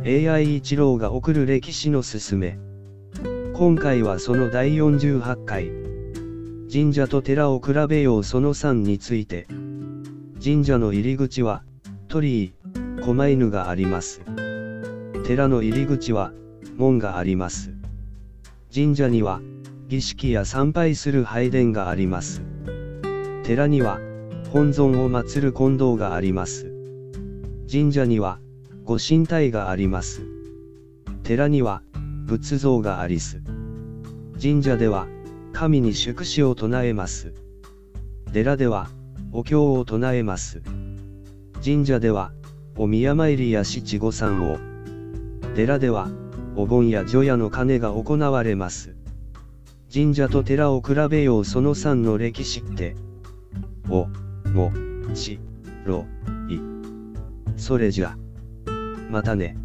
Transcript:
AI 一郎が送る歴史のすすめ。今回はその第48回。神社と寺を比べようその3について。神社の入り口は、鳥居、狛犬があります。寺の入り口は、門があります。神社には、儀式や参拝する拝殿があります。寺には、本尊を祀る金堂があります。神社には、ご神体があります。寺には、仏像がありす。神社では、神に祝詞を唱えます。寺では、お経を唱えます。神社では、お宮参りや七五三を。寺では、お盆や除夜の鐘が行われます。神社と寺を比べようその3の歴史って。お、も、ち、ろ、い。それじゃ。またね。